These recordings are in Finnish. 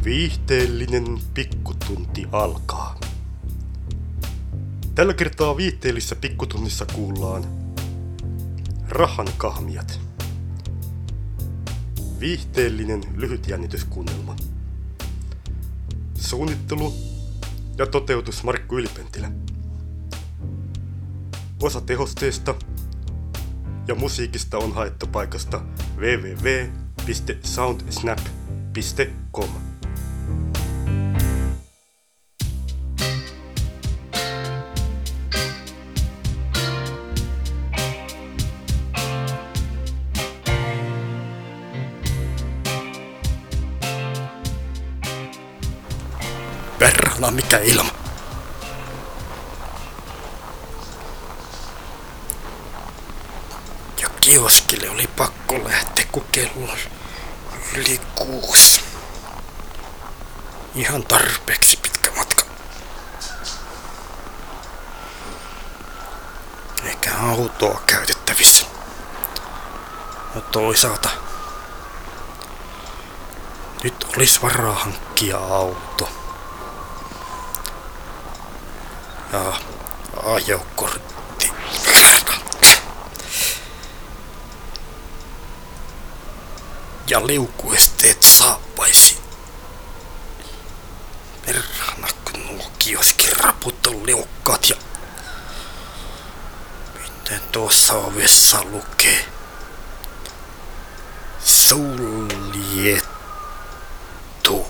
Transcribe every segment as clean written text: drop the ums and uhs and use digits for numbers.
Viihteellinen pikkutunti alkaa. Tällä kertaa viihteellisessä pikkutunnissa kuullaan rahan kahmijat. Viihteellinen lyhytjännityskuunnelma. Suunnittelu ja toteutus Markku Ylipentilä. Osa tehosteesta ja musiikista on haettu paikasta www.soundsnap.com. Perhana, mikä ilma! Ja kioskille oli pakko lähteä, kun kello on yli 6. Ihan tarpeeksi pitkä matka. Eikä autoa käytettävissä. No toisaalta nyt olisi varaa hankkia auto. Ja ajokortti. Ja liukuesteet saappaisiin. Perhana, kun nuo kioskin raput on liukkaat ja... Miten tuossa ovessa lukee? Suljettu.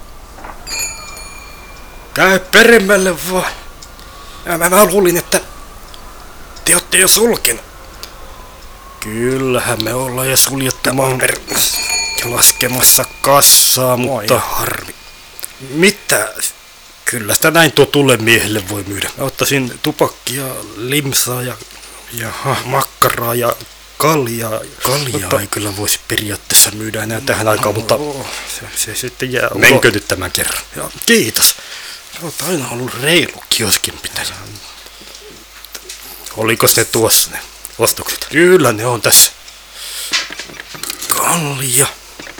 Käy peremmälle vaan. Mä luulin, että te ootte jo sulkenut. Kyllähän me ollaan jo suljettamaan ja laskemassa kassaa, mutta harmi. Mitä? Kyllä sitä näin tuo miehelle voi myydä. Mä ottaisin tupakkia, limsaa ja makkaraa ja kaljaa. Kaljaa ei kyllä voisi periaatteessa myydä enää tähän aikaan, mutta se sitten jää. Menkö nyt tämän kerran? Ja, kiitos. Olet aina ollut reilu kioskin pitäjä. Oliko ne tuossa ne ostokset? Kyllä ne on tässä. Kalja.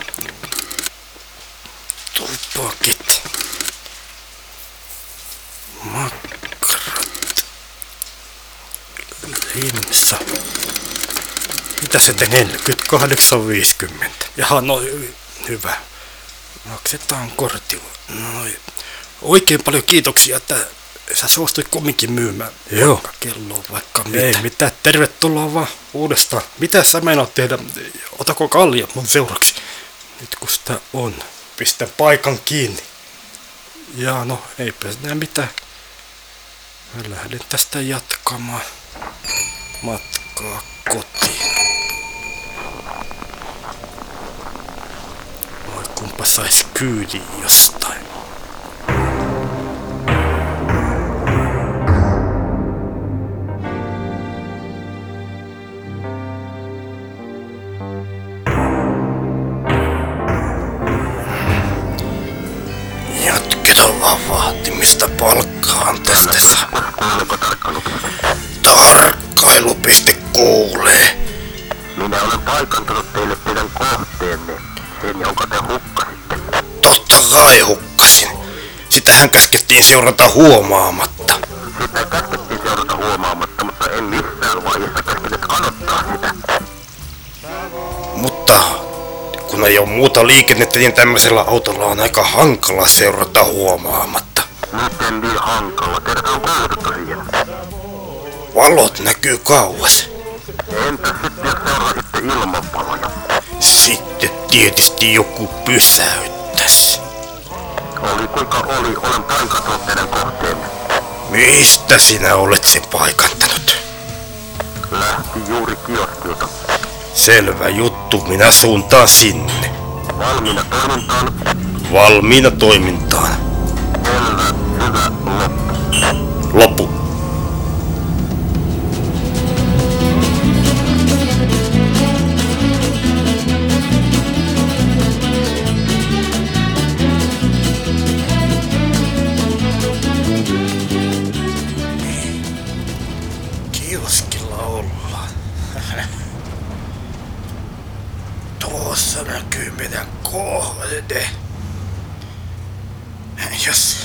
Tupakit. Makkarat. Limsa. Mitä se te 48,50? Jaha, no hyvä. Maksetaan kortilla. Noin. Oikein paljon kiitoksia, että sä suostuit kumminkin myymään. Joo. Kello on vaikka mitä. Ei mitään, tervetuloa vaan uudestaan. Mitä sä meinaat tehdä? Otako kalja mun seuraksi? Nyt kun sitä on. Pistä paikan kiinni. Jaa, no eipä enää mitään. Mä lähden tästä jatkamaan matkaa kotiin. Voi kumpa sais kyydin jostain. Vaatimista palkkaan tästä saa. Tarkkailupiste kuulee. Minä olen paikantanut teille teidän kohteenne. Sen, jonka te hukkasitte. Totta kai hukkasin. Sitähän käskettiin seurata huomaamatta. Sitä käskettiin seurata huomaamatta, mutta en missään vaiheessa käskenyt kadottaa sitä. Mutta kun ei ole muuta liikennettä, niin tämmöisellä autolla on aika hankala seurata huomaamatta. Miten niin hankala? Teidät on koulutettu siihen. Valot näkyy kauas. Entäs sitten jos seurasitte ilmanvaloja? Sitten tietysti joku pysäyttäisi. Oli kuinka oli, olen paikantanut teidän kohteenne. Mistä sinä olet sen paikantanut? Lähti juuri kioskilta. Selvä juttu, minä suuntaan sinne. Valmiina toimintaan. Valmiina toimintaan. Selvä, hyvä, loppu. Loppu. Kioskilla ollaan. Tuossa näkyy meidän kohde. Jas.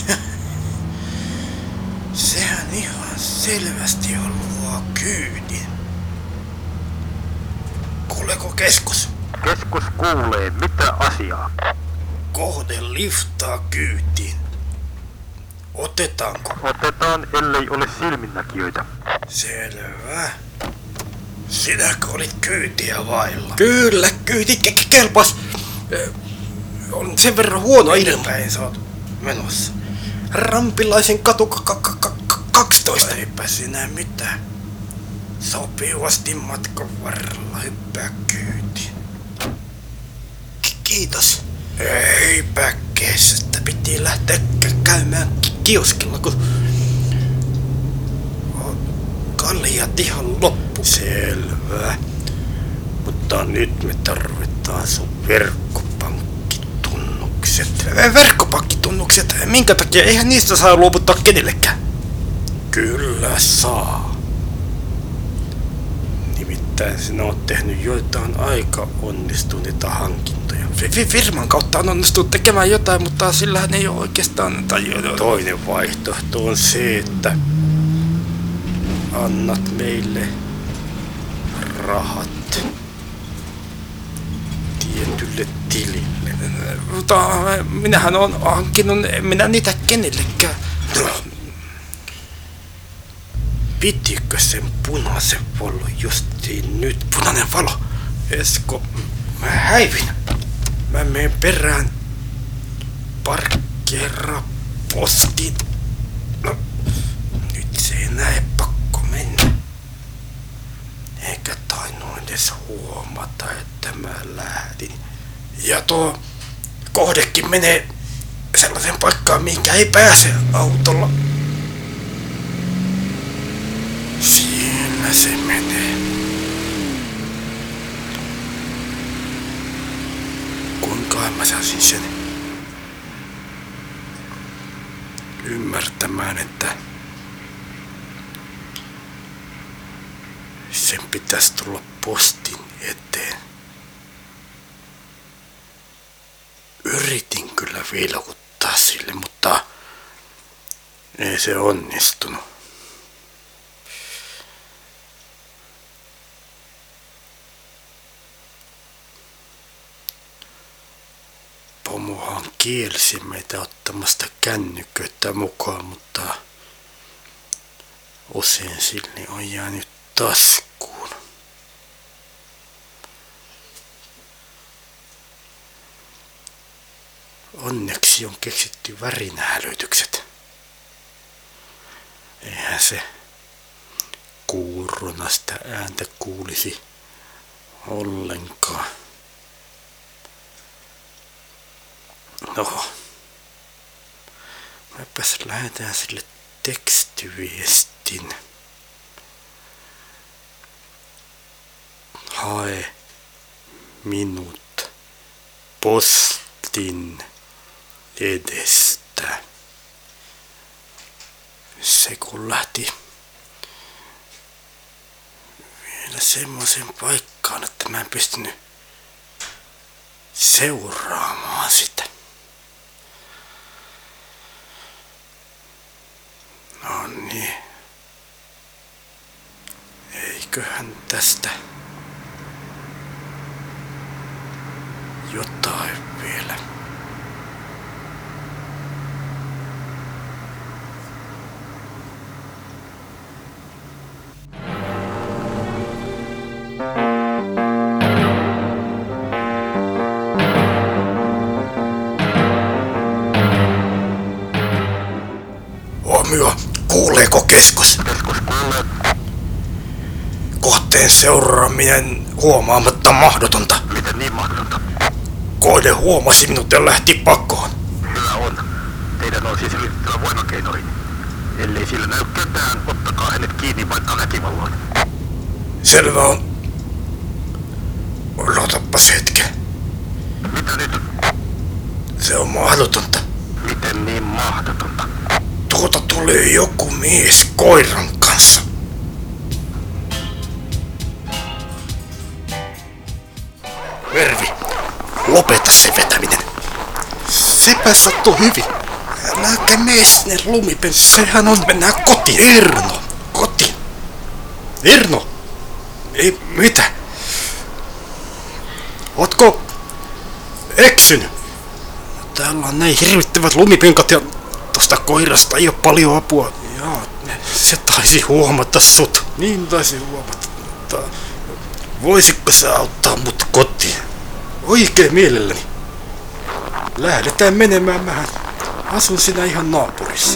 Sehän ihan selvästi haluaa kyydin. Kuuleeko keskus? Keskus kuulee, mitä asiaa? Kohde liftaa kyytiin. Otetaanko? Otetaan, ellei ole silminnäkijöitä. Selvä. Sinäkö olit kyytiä vailla? Kyllä, kyyti kelpas. On sen verran huono ilmapäin sä oot menossa. Rampilaisen katu 12. Eipä sinä mitään. Sopivasti matkan varrella hyppää kyytiin. Kiitos. Eipä kestä. Piti lähteä käymään kioskilla, kun kaljat ihan loppu. Selvä. Mutta nyt me tarvitaan sun verkkopankkitunnukset. Verkkopankkitunnukset? Minkä takia? Eihän niistä saa luovuttaa kenellekään. Kyllä saa. Nimittäin sinä oot tehnyt joitain aika onnistuneita hankintoja. Firman kautta on onnistunut tekemään jotain, mutta sillähän ei ole oikeastaan tajunnut. Toinen vaihtoehto on se, että annat meille rahat tietylle tilille. Mutta minähän olen hankkinut, en minä niitä kenellekään. Pitikö sen punaisen valo justiin nyt? Punainen valo? Esko, mä häivin. Mä menen perään. Parkkeera postin. No, nyt se ei näe pakko mennä. Eikä tainnut edes huomata, että mä lähdin. Ja tuo kohdekin menee sellaisen paikkaan, minkä ei pääse autolla. Siellä se menee. Kuinka mä saisin sen ymmärtämään, että sen pitäisi tulla postin eteen. Yritin kyllä vilkuttaa sille, mutta ei se onnistunut. Pomohan kielsi meitä ottamasta kännyköitä mukaan, mutta usein silni on jäänyt taskuun. Onneksi on keksitty värinähälytykset. Eihän se kuurona sitä ääntä kuulisi ollenkaan. No, mäpäs lähetään sille tekstiviestin. Hae minut postin edestä. Se kun lähti vielä semmoisen paikkaan, että mä en pystynyt seuraamaan sitä. No niin. Eiköhän tästä jotain vielä. Huomio, kuuleeko keskus? Keskus kuulee. Kohteen seuraaminen huomaamatta mahdotonta. Miten niin mahdotonta? Kohde huomasi minut ja lähti pakoon. Hyvä on. Teidän on siis ryhtyä voimakeinoihin. Ellei sillä näy ketään, ottakaa hänet kiinni vaikka väkivalloin. Selvä on. Odotapas hetken. Mitä nyt? Se on mahdotonta. Miten niin mahdotonta? Tuota tulee joku mies koiran kanssa. Vervi, lopeta se vetäminen. Sepä sattui hyvin. Äläkä mene sinne lumipen. Sehän on... Mennään kotiin. Erno. Kotiin. Erno. Ei, mitä? Ootko eksynyt? Täällä on näin hirvittävät lumipenkat ja tosta koirasta ei oo paljon apua. Jaa, se taisi huomata sut. Niin taisi huomata. Mutta voisitko sä auttaa mut kotiin? Oikein mielelläni. Lähdetään menemään, mähän asun siinä ihan naapurissa.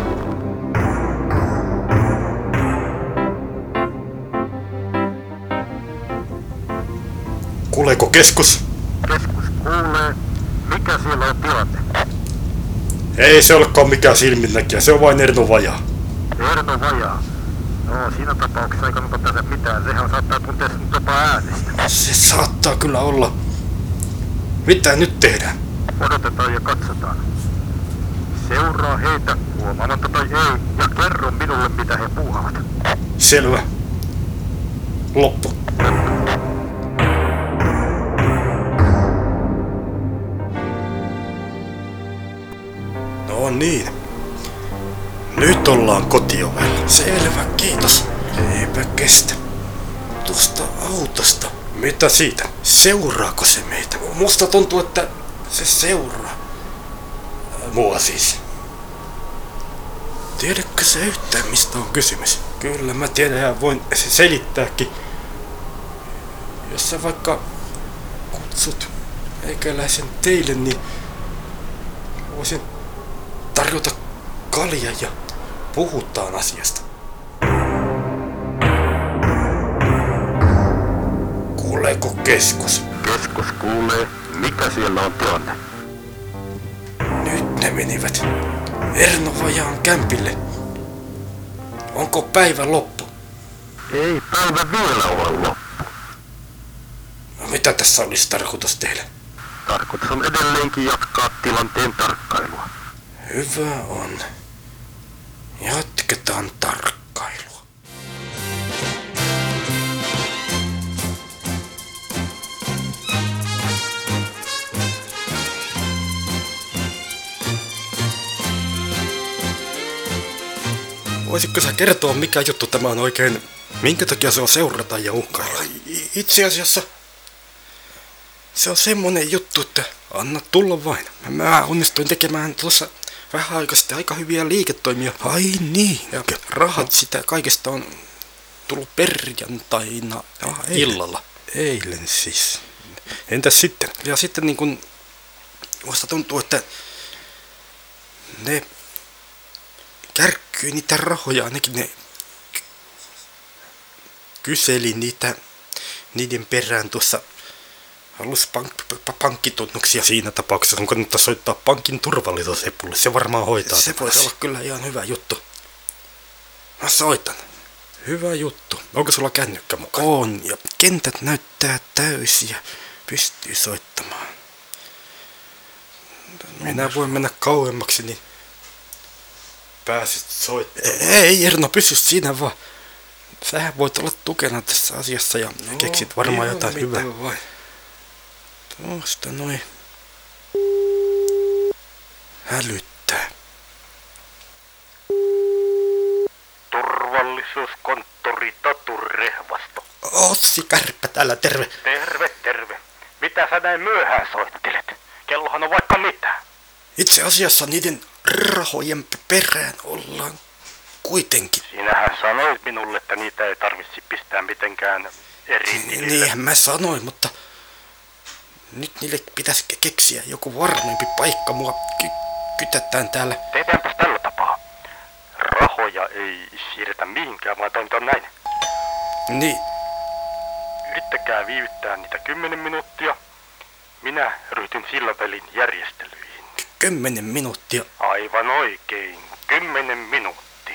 Kuuleeko keskus? Keskus kuulee. Mikä siellä on tilanne? Ei se olekaan mikään silminnäkijä, se on vain Erno Vajaa. Erno Vajaa. No, siinä tapauksessa ei kannata tehdä mitään. Sehän saattaa tuntea sinut jopa äänestä. Se saattaa kyllä olla. Mitä nyt tehdään? Odotetaan ja katsotaan. Seuraa heitä huomaamatta tai ei ja kerro minulle mitä he puuhaavat. Selvä. Loppu. No niin. Nyt ollaan kotiovella. Selvä, kiitos. Eipä kestä. Tuosta autosta. Mitä siitä? Seuraako se meitä? Musta tuntuu, että se seuraa. Mua siis. Tiedätkö sä yhtään mistä on kysymys? Kyllä mä tiedän ja voin selittääkin. Jos sä vaikka kutsut eikäläisen teille, niin voisin tarjota kaljaa ja puhutaan asiasta. Kuuleeko keskus? Keskus kuulee. Mikä siellä on tilanne? Nyt ne menivät Erno Vajaan kämpille. Onko päivä loppu? Ei päivä vielä ole loppu. No mitä tässä olisi tarkoitus tehdä? Tarkoitus on edelleenkin jatkaa tilanteen tarkkailua. Hyvä on. Jatketaan tarkkailua. Voisitko sä kertoa mikä juttu tämä on oikein? Minkä takia se on seurata ja uhkailla? Itse asiassa se on semmonen juttu, että anna tulla vain. Mä onnistuin tekemään tuossa vähän aikaa sitten aika hyviä liiketoimia. Ai niin. Ja rahat sitä kaikesta on tullut perjantaina illalla. Eilen siis. Entäs sitten? Ja sitten niin kun musta tuntuu, että ne kärkkyy niitä rahoja, ainakin ne kyseli niiden perään tuossa. Halus pankkitunnuksia siinä tapauksessa, kun kannattaa soittaa pankin turvallisuusepulle. Se varmaan hoitaa. Se voisi olla kyllä ihan hyvä juttu. Mä soitan. Hyvä juttu. Onko sulla kännykkä mukaan? On, ja kentät näyttää täysiä. Pystyy soittamaan. Minä voin mennä kauemmaksi, niin pääsit soittamaan. Ei, Erno, pysy siinä vaan. Sähän voit olla tukena tässä asiassa ja keksit varmaan jotain hyvää. Tuosta noin. Hälyttää. Turvallisuuskonttori Tatu Rehvasto. Ossi Kärppä täällä, terve. Terve, terve. Mitä sä näin myöhään soittelet? Kellohan on vaikka mitä. Itse asiassa niiden rahojen perään ollaan kuitenkin. Sinähän sanoit minulle, että niitä ei tarvitsi pistää mitenkään eri nimille. Niinhän mä sanoin, mutta nyt niille pitäisi keksiä joku varmempi paikka. Mua kytätään täällä. Tehdäänpäs tällä tapaa. Rahoja ei siirretä mihinkään, vaan toimitaan näin. Niin. Yrittäkää viivyttää niitä 10 minuuttia. Minä ryhtyn sillä välin järjestelyihin. 10 minuuttia. Aivan oikein. 10 minuuttia.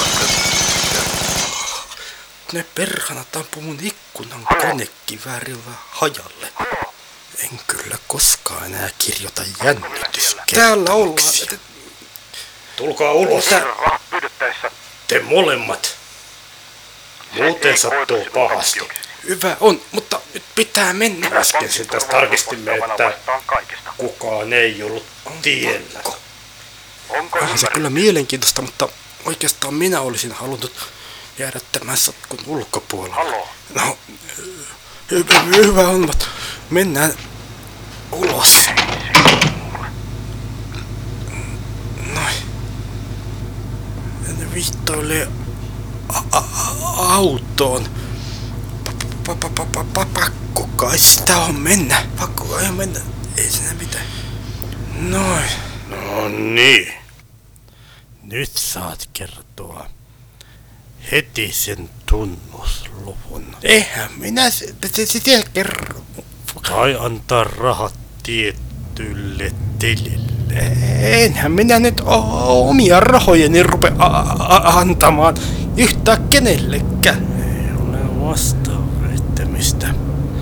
Ne perhanat ampuu mun ikkunan konekiväärillä hajalle. En kyllä koskaan enää kirjoita jännityskertomuksia. Täällä ollaan. Tulkaa ulos. Rahat pyydettäessä. Te molemmat. Muuten sattuu pahasti. Hyvä on, mutta nyt pitää mennä. Äsken sitä tarkistimme, että kukaan ei ollut tiellä. Onko Onhan se kyllä mielenkiintoista, mutta oikeastaan minä olisin halunnut jäädä tämän sotkun ulkopuolelle. Haloo? No, hyvä on, mutta mennään ulos. Noin. Ne viittoilee autoon. Pakko kai sitä on mennä. Pakko kai on mennä. Ei siinä mitään. Noin. No niin. Nyt saat kertoa heti sen tunnusluvun. Eihän minä sitä kerro. Tai antaa rahat tietylle tilille. Enhän minä nyt omia rahojeni rupea antamaan yhtään kenellekään. Ei ole vastaaväittämistä.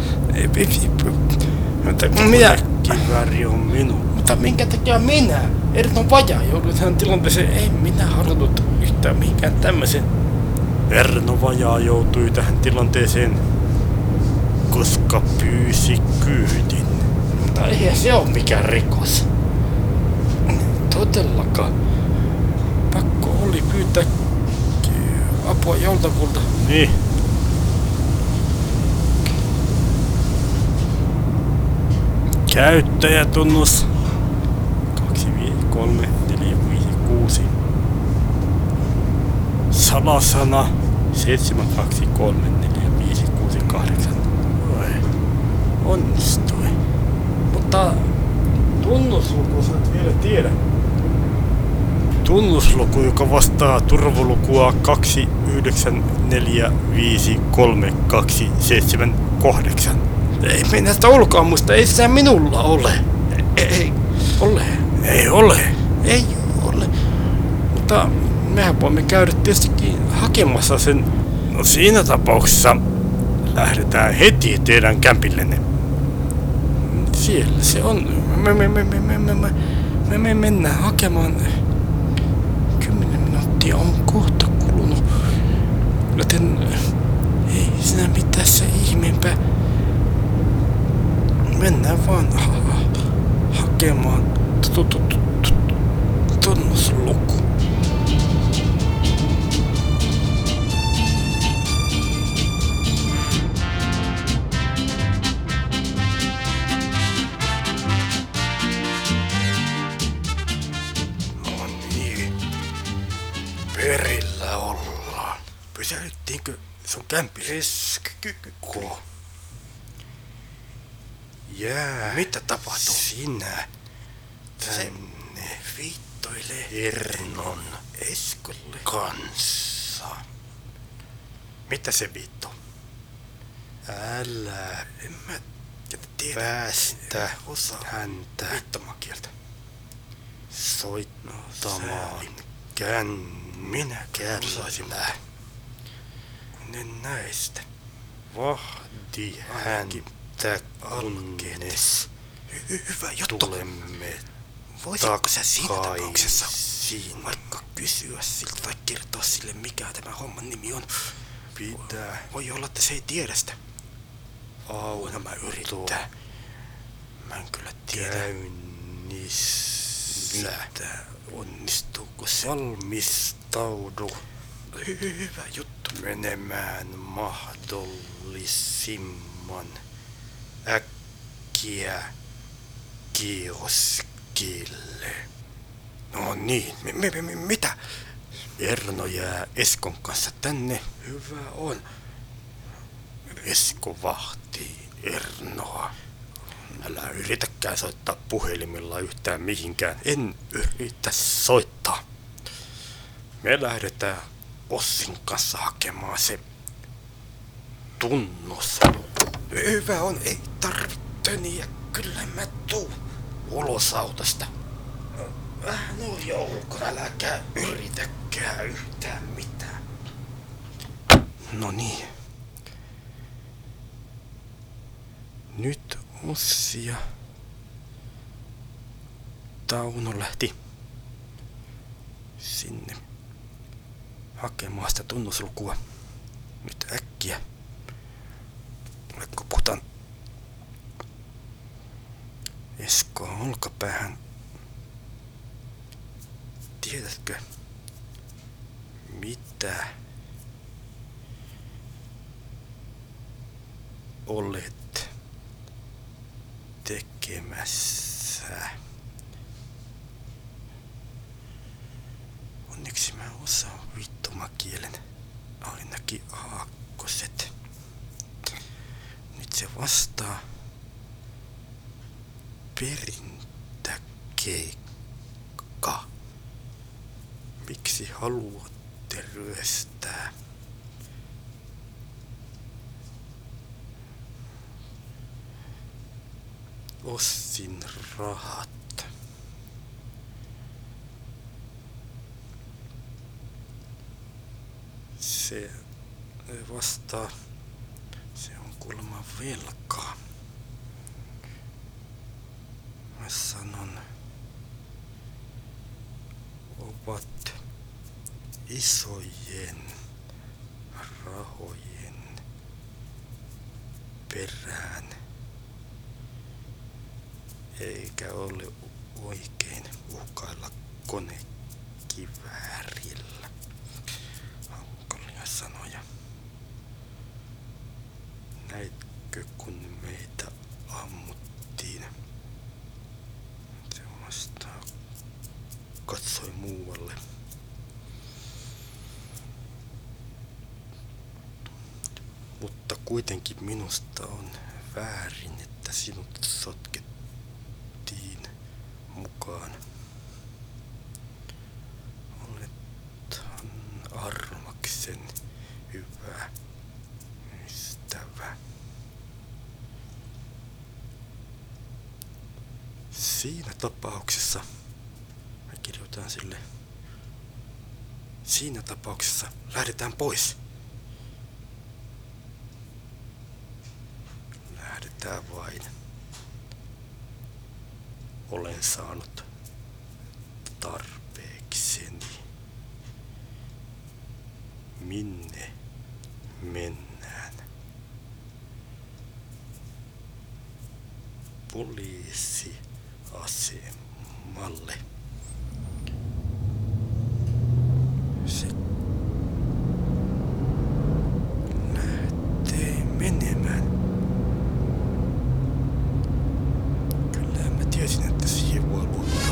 Minä... Kivääri on minun. Mutta minkä takia minä? Erno Vaja joudui tähän tilanteeseen. Ei minä halunnut yhtään mihinkään tämmöisen. Erno Vajaa joutui tähän tilanteeseen, koska pyysi kyydin. Mutta eihän se ole mikään rikos. Todellakaan. Pakko oli pyytää apua joltakulta. Niin. Käyttäjätunnus 2, 3, 4, 5, 6. Salasana 7, 2, 3, 4, 5, 6, 8. Onnistui. Mutta tunnusluku sä et vielä tiedä. Tunnusluku, joka vastaa turvalukua 29453278. Ei minä sitä ulkoa muista, ei sitä minulla ole. Ei ole. Ei ole. Ei ole. Mutta mehän voimme käydä tietystikin hakemassa sen. No siinä tapauksessa lähdetään heti teidän kämpillenne. Siellä se on. Me mennään hakemaan. 10 minuuttia on kohta kulunut. Joten ei siinä mitään se ihmeempää. Mennään vaan hakemaan tunnusluku. No niin. Perillä ollaan. Pysäyttiinkö sun kämpi? Ko. Jää. Mitä tapahtui? Sinä Se tänne viittoilee Ernon Eskolle kanssa. Mitä se viitto? Älä En mä tiedä. päästä Osaa häntä viittomakieltä. soittamaan Minä osaisin, kännykällä. En näe sitä. Vahdi Ainakin häntä kunnes Hyvä juttu. tulemme Voisitko sä siinä tapauksessa takaisin. vaikka kysyä siltä tai kertoa sille mikä tämä homman nimi on? Pitää Voi olla, että se ei tiedä sitä. Aina mä yrittää. Mä en kyllä tiedä. käynnissä. Onnistuuko se? Valmistaudu Hyvä juttu. menemään mahdollisimman äkkiä kioskille. No niin, mitä? Erno jää Eskon kanssa tänne. Hyvä on. Esko vahtii Ernoa. Älä yritäkään soittaa puhelimella yhtään mihinkään. En yritä soittaa. Me lähdetään Ossin kanssa hakemaan se tunnus. Hyvä on, ei tarvitse niitä. Kyllä mä tuun Ulos autosta. No joukko, äläkää yritäkää yhtään mitään. No niin. Nyt Ossi ja Tauno lähti sinne hakemaan sitä tunnuslukua. Nyt äkkiä. Koputan Eskoa olkapäähän. tiedätkö, mitä olet tekemässä? Onneksi mä osaan vittumakielen, ainakin aakkoset. Nyt se vastaa perintäkeikka. Miksi haluatte ryöstää? Ossin rahat. Se vastaa, se on kuulemma velkaa. Mä sanon, ovat isojen rahojen perään. Eikä ole oikein uhkailla konekiväärillä. Hankalia sanoja. Näitkö, kun meitä ammuttiin? Se vastaa, katsoi muualle. Mutta kuitenkin minusta on väärin, että sinut sotkettiin mukaan. Olethan Armaksen hyvä ystävä. Siinä tapauksessa, mä kirjoitan sille, siinä tapauksessa lähdetään pois. Lähdetään vain. Olen saanut tarpeekseni. Minne mennään? Poliisiasemalle. Se lähtee menemään. Kyllä mä tiesin, että siihen voi luottaa.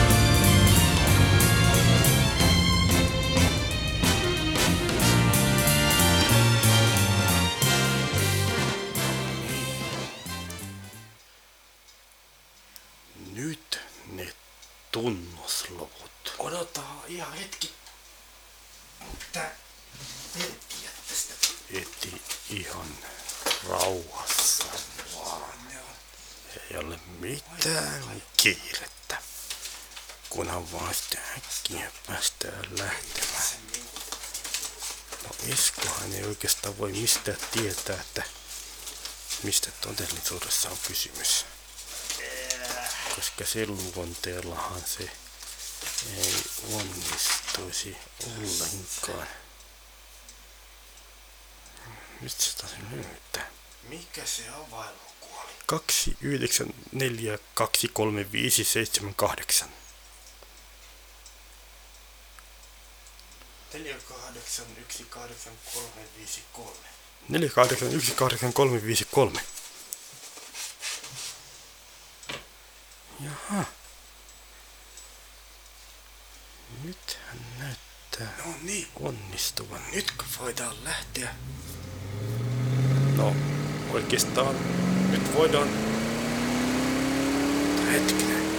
Nyt ne tunnusluvut. Odota ihan hetki. Mitä telkkiä tästä? Eti ihan rauhassa vaan. Ei ole mitään kiirettä. Kunhan vaan sitä äkkiä päästään lähtemään. No Eskohan ei oikeastaan voi mistään tietää, että mistä todellisuudessa on kysymys. Koska sen luonteellahan se ei onnistuisi ollenkaan. Nyt se taas löytää. Mikä se avainluku oli? 2942357 4818353 4818353. Jaha. Nyt hän näyttää onnistuvan. Nytkö voidaan lähteä? No, oikeastaan nyt voidaan. Hetkinen.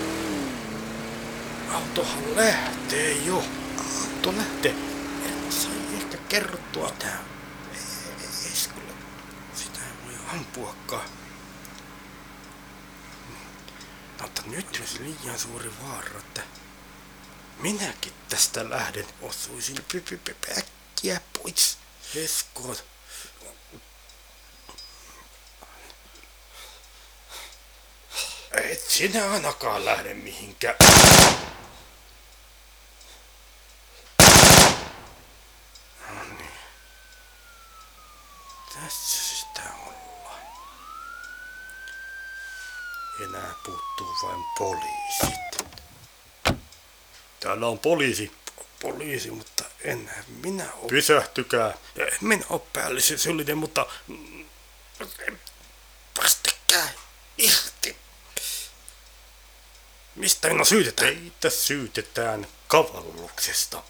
Autohan lähtee jo. Auto lähtee. En sai ehkä kerrottua. Mitä? Eskulle. Sitä ei voi ampuakaan. Mutta nyt olisi liian suuri vaara, että minäkin tästä lähden. Osuisin äkkiä pois. Esko. Et sinä ainakaan lähde mihinkään. No niin. Tässä sitä ollaan. Enää puuttuu vain poliisit. Täällä on poliisi. Poliisi, mutta en minä ole. Pysähtykää. Minä ole päällisyyllinen, mutta päästäkää irti. Mistä minua syytetään? Teitä syytetään kavalluksesta.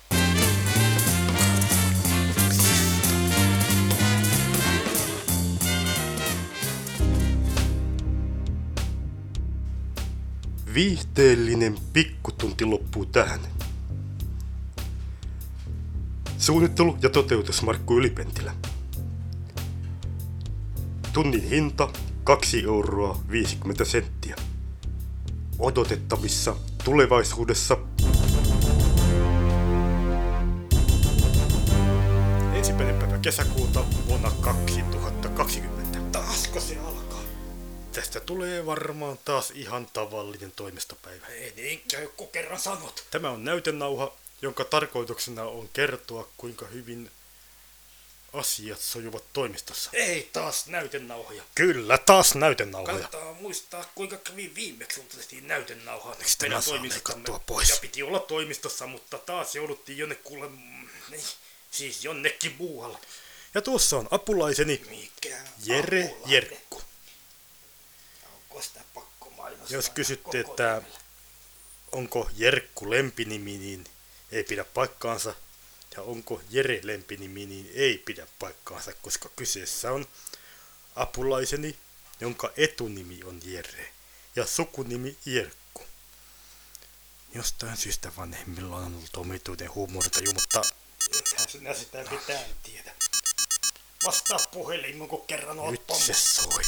Viihteellinen pikkutunti loppuu tähän. Suunnittelu ja toteutus Markku Ylipentilä. Tunnin hinta 2,50 €. Odotettavissa tulevaisuudessa. Ensimmäinen päivä kesäkuuta vuonna 2020. Taasko se alkaa? Tästä tulee varmaan taas ihan tavallinen toimistopäivä. Ei niin käy, kun kerran sanot. Tämä on näytenauha, jonka tarkoituksena on kertoa, kuinka hyvin asiat sojuvat toimistossa. Ei taas näytenauhoja. Kyllä, taas näytenauhoja. Kannattaa muistaa, kuinka kävi viimeksi, kun tehtiin näytenauhaa. Tämä saa leikattua pois. Ja piti olla toimistossa, mutta taas jouduttiin jonnekin muualle. Ja tuossa on apulaiseni Mikä Jere apulainen? Jerkku. Onko sitä pakko mainostaa? Jos kysytte, koko että nimellä? onko Jerkku lempinimi, niin ei pidä paikkaansa. Ja onko Jere lempinimi, niin ei pidä paikkaansa, koska kyseessä on apulaiseni, jonka etunimi on Jere ja sukunimi Jerkku. Jostain syystä vanhemmilla on ollut omituinen huumorintaju, mutta Eihän sinä sitä mitään tiedä. Vastaa puhelimen, kun kerran oot nyt se pommossa. soi.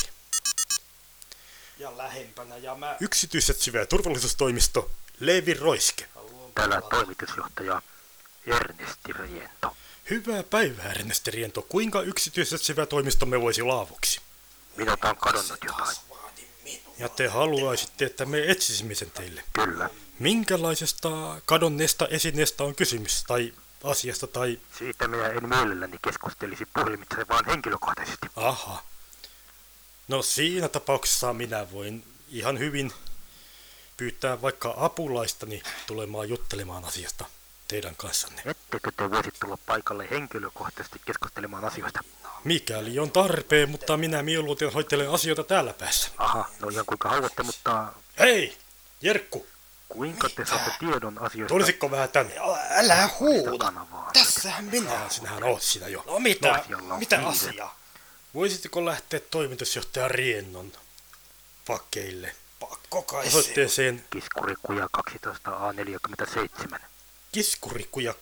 Ja lähempänä, ja mä Yksityisetsivä ja turvallisuustoimisto Leevi Roiske. haluan Täällä palata. toimitusjohtaja Ernesti Riento. Hyvää päivää, Ernesti Riento. Kuinka yksityisetsivä toimistomme voisi olla avuksi? Minulta on kadonnut jotain. Taas vaadi minua. Ja te haluaisitte, että me etsisimme sen teille. Kyllä. Minkälaisesta kadonneesta esineestä on kysymys, tai asiasta, tai... Siitä minä en mielelläni keskustelisi puhelimitse, vaan henkilökohtaisesti. Aha. No siinä tapauksessa minä voin ihan hyvin pyytää vaikka apulaistani tulemaan juttelemaan asiasta teidän kanssanne. Ettekö te voisi tulla paikalle henkilökohtaisesti keskustelemaan asioista? Mikäli on tarpeen, mutta minä mieluiten hoitelen asioita täällä päässä. Aha, no ihan kuinka haluatte, mutta Hei, Jerkku, kuinka te saatte tiedon asioista? tulisitko vähän tänne? Älä huuda. Kanavaa. Tässähän minä olen. Sinähän oot siinä jo. No mitä? Asialla on Mitä kiire. asiaa? Voisitteko lähteä toimitusjohtaja Riennon pakeille Pakko kai se. osoitteeseen Kiskurikuja 12A47. Kiskurikuja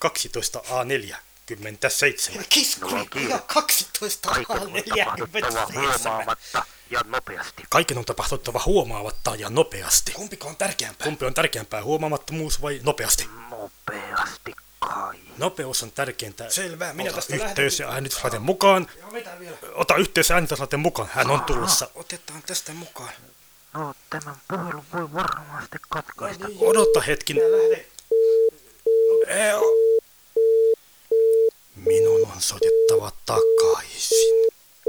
12A47? Kiskuja 12 Kaiken on tapahduttava 47. huomaamatta ja nopeasti. Kaiken on tapahtuttava huomaamatta ja nopeasti. Kumpiko on tärkeämpää? Kumpi on tärkeämpää, huomaamattomuus vai nopeasti? Nopeasti kai. Nopeus on tärkeintä. Selvä, minä Ota tästä yhteys ja äänityslaite mukaan. Ja mitä vielä? Ota yhteys ja äänityslaite mukaan. Hän on tulossa. Otetaan tästä mukaan. No, tämän puhelun voi varmasti katkaista. Odota hetkin. Minun on soitettava takaisin.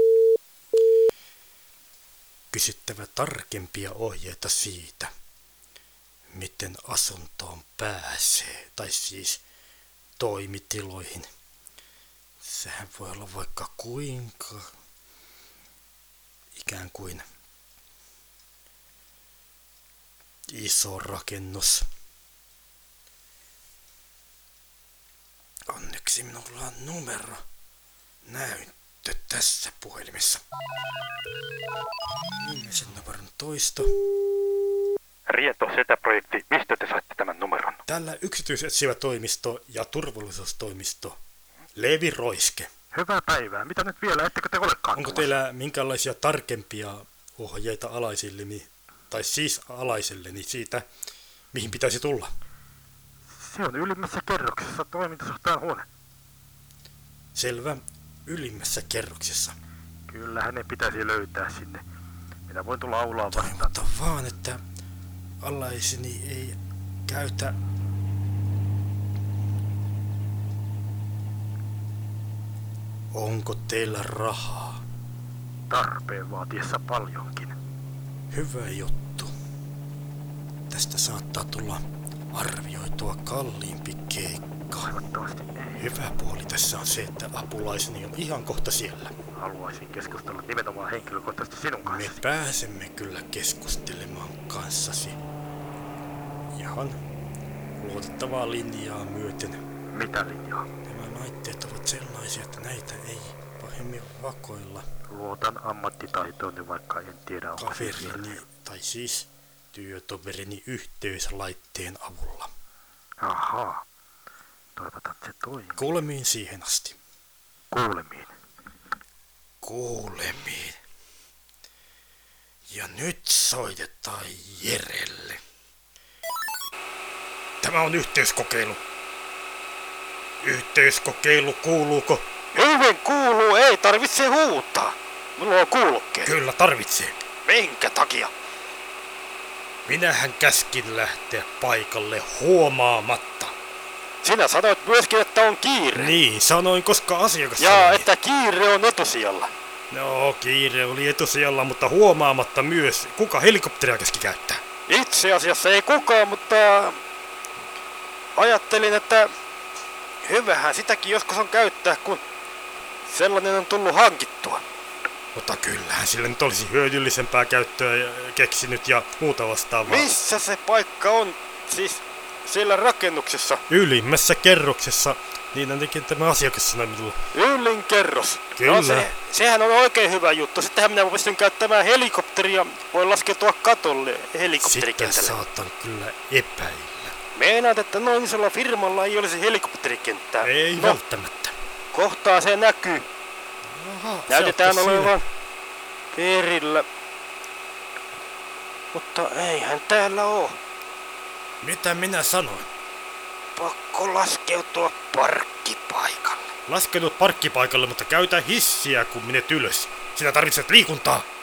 Kysyttävä tarkempia ohjeita siitä, miten asuntoon pääsee, tai siis toimitiloihin. Sehän voi olla vaikka kuinka ikään kuin iso rakennus. Onneksi minulla on numero. Näyttö tässä puhelimessa. Viimeisen numeron toisto. Riento Setä-projekti, mistä te saitte tämän numeron? Tällä yksityisetsivä toimisto ja turvallisuustoimisto. Leevi Roiske. Hyvää päivää. Mitä nyt vielä? Ettekö te olekaan Onko tulossa? teillä minkälaisia tarkempia ohjeita alaisilleni, tai siis alaiselleni siitä, mihin pitäisi tulla? Se on ylimmässä kerroksessa toimitusjohtajan huone. Selvä, ylimmässä kerroksessa. Kyllä hänen pitäisi löytää sinne. Minä voin tulla aulaan vastaan. Toivota vaan, että alaiseni ei käytä... Onko teillä rahaa? Tarpeen vaatiessa paljonkin. Hyvä juttu. Tästä saattaa tulla arvioitua kalliimpi keikka. Toivottavasti ei. Hyvä puoli tässä on se, että apulaiseni on ihan kohta siellä. Haluaisin keskustella nimenomaan henkilökohtaisesti sinun Me kanssasi. pääsemme kyllä keskustelemaan kanssasi. Ihan luotettavaa linjaa myöten. Mitä linjaa? Nämä laitteet ovat sellaisia, että näitä ei pahemmin vakoilla Luotan ammattitaitooni, vaikka en tiedä onko se kaverini, vielä. tai siis työtoverini yhteyslaitteen avulla. Ahaa. Toivotan se toimii. Kuulemiin siihen asti. Kuulemiin. Kuulemiin. Ja nyt soitetaan Jerelle. Tämä on yhteyskokeilu. Yhteyskokeilu, kuuluuko? Hyvin kuuluu, ei tarvitse huutaa. Minulla on kuulokkeet. Kyllä tarvitsee. Minkä takia? Minähän käskin lähteä paikalle huomaamatta. Sinä sanoit myöskin, että on kiire. Niin, sanoin, koska asiakas Ja sanoi. että kiire on etusijalla. No, kiire oli etusijalla, mutta huomaamatta myös. Kuka helikopteria käski käyttää? Itse asiassa ei kukaan, mutta ajattelin, että hyvähän sitäkin joskus on käyttää, kun sellainen on tullut hankittua. Mutta kyllähän sillä nyt olisi hyödyllisempää käyttöä keksinyt ja muuta vastaavaa. Missä se paikka on? Siis siellä rakennuksessa. Ylimmässä kerroksessa, niin ainakin tämä asiakas sanoi minulle. Ylin kerros. Kyllä. No sehän on oikein hyvä juttu. Sittenhän minä pystyn käyttämään helikopteria. Voi laskeutua katolle Sitä helikopterikentälle. saatan kyllä epäillä. Meinaat, että noin isolla firmalla ei olisi helikopterikenttää. Ei No, välttämättä. kohtaa se näkyy. Aha, Näytetään se on olevan perillä. Mutta eihän täällä oo. Mitä minä sanoin? Pakko laskeutua parkkipaikalle. Laskenut parkkipaikalle, mutta käytä hissiä, kun menet ylös. Sinä tarvitset liikuntaa.